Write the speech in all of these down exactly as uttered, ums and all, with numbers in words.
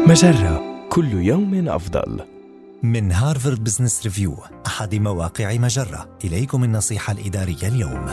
مجرة، كل يوم أفضل. من هارفارد بزنس ريفيو، أحد مواقع مجرة، إليكم النصيحة الإدارية اليوم.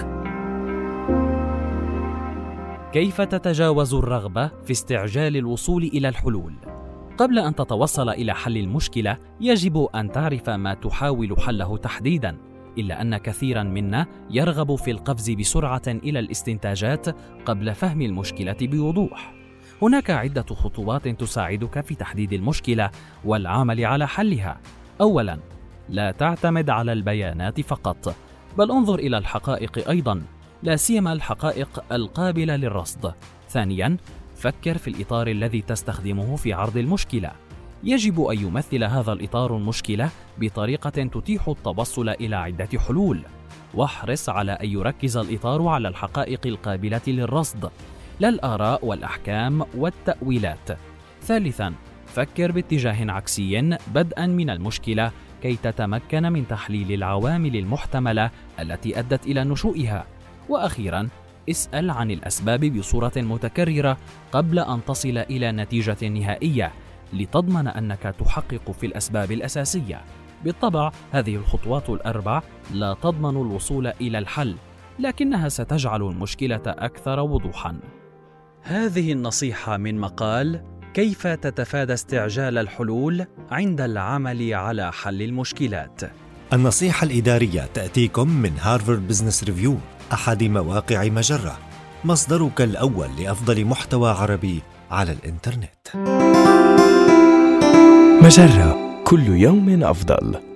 كيف تتجاوز الرغبة في استعجال الوصول إلى الحلول؟ قبل أن تتوصل إلى حل المشكلة، يجب أن تعرف ما تحاول حله تحديداً، إلا أن كثيراً منا يرغب في القفز بسرعة إلى الاستنتاجات قبل فهم المشكلة بوضوح. هناك عدة خطوات تساعدك في تحديد المشكلة والعمل على حلها. أولاً، لا تعتمد على البيانات فقط، بل انظر إلى الحقائق أيضاً، لا سيما الحقائق القابلة للرصد. ثانياً، فكر في الإطار الذي تستخدمه في عرض المشكلة. يجب أن يمثل هذا الإطار المشكلة بطريقة تتيح التوصل إلى عدة حلول، واحرص على أن يركز الإطار على الحقائق القابلة للرصد، لا الآراء والأحكام والتأويلات. ثالثاً، فكر باتجاه عكسي بدءاً من المشكلة كي تتمكن من تحليل العوامل المحتملة التي أدت إلى نشوئها. وأخيراً، اسأل عن الأسباب بصورة متكررة قبل أن تصل إلى نتيجة نهائية، لتضمن أنك تحقق في الأسباب الأساسية. بالطبع، هذه الخطوات الأربع لا تضمن الوصول إلى الحل، لكنها ستجعل المشكلة أكثر وضوحاً. هذه النصيحة من مقال كيف تتفادى استعجال الحلول عند العمل على حل المشكلات. النصيحة الإدارية تأتيكم من هارفارد بزنس ريفيو، أحد مواقع مجرة، مصدرك الأول لأفضل محتوى عربي على الإنترنت. مجرة، كل يوم أفضل.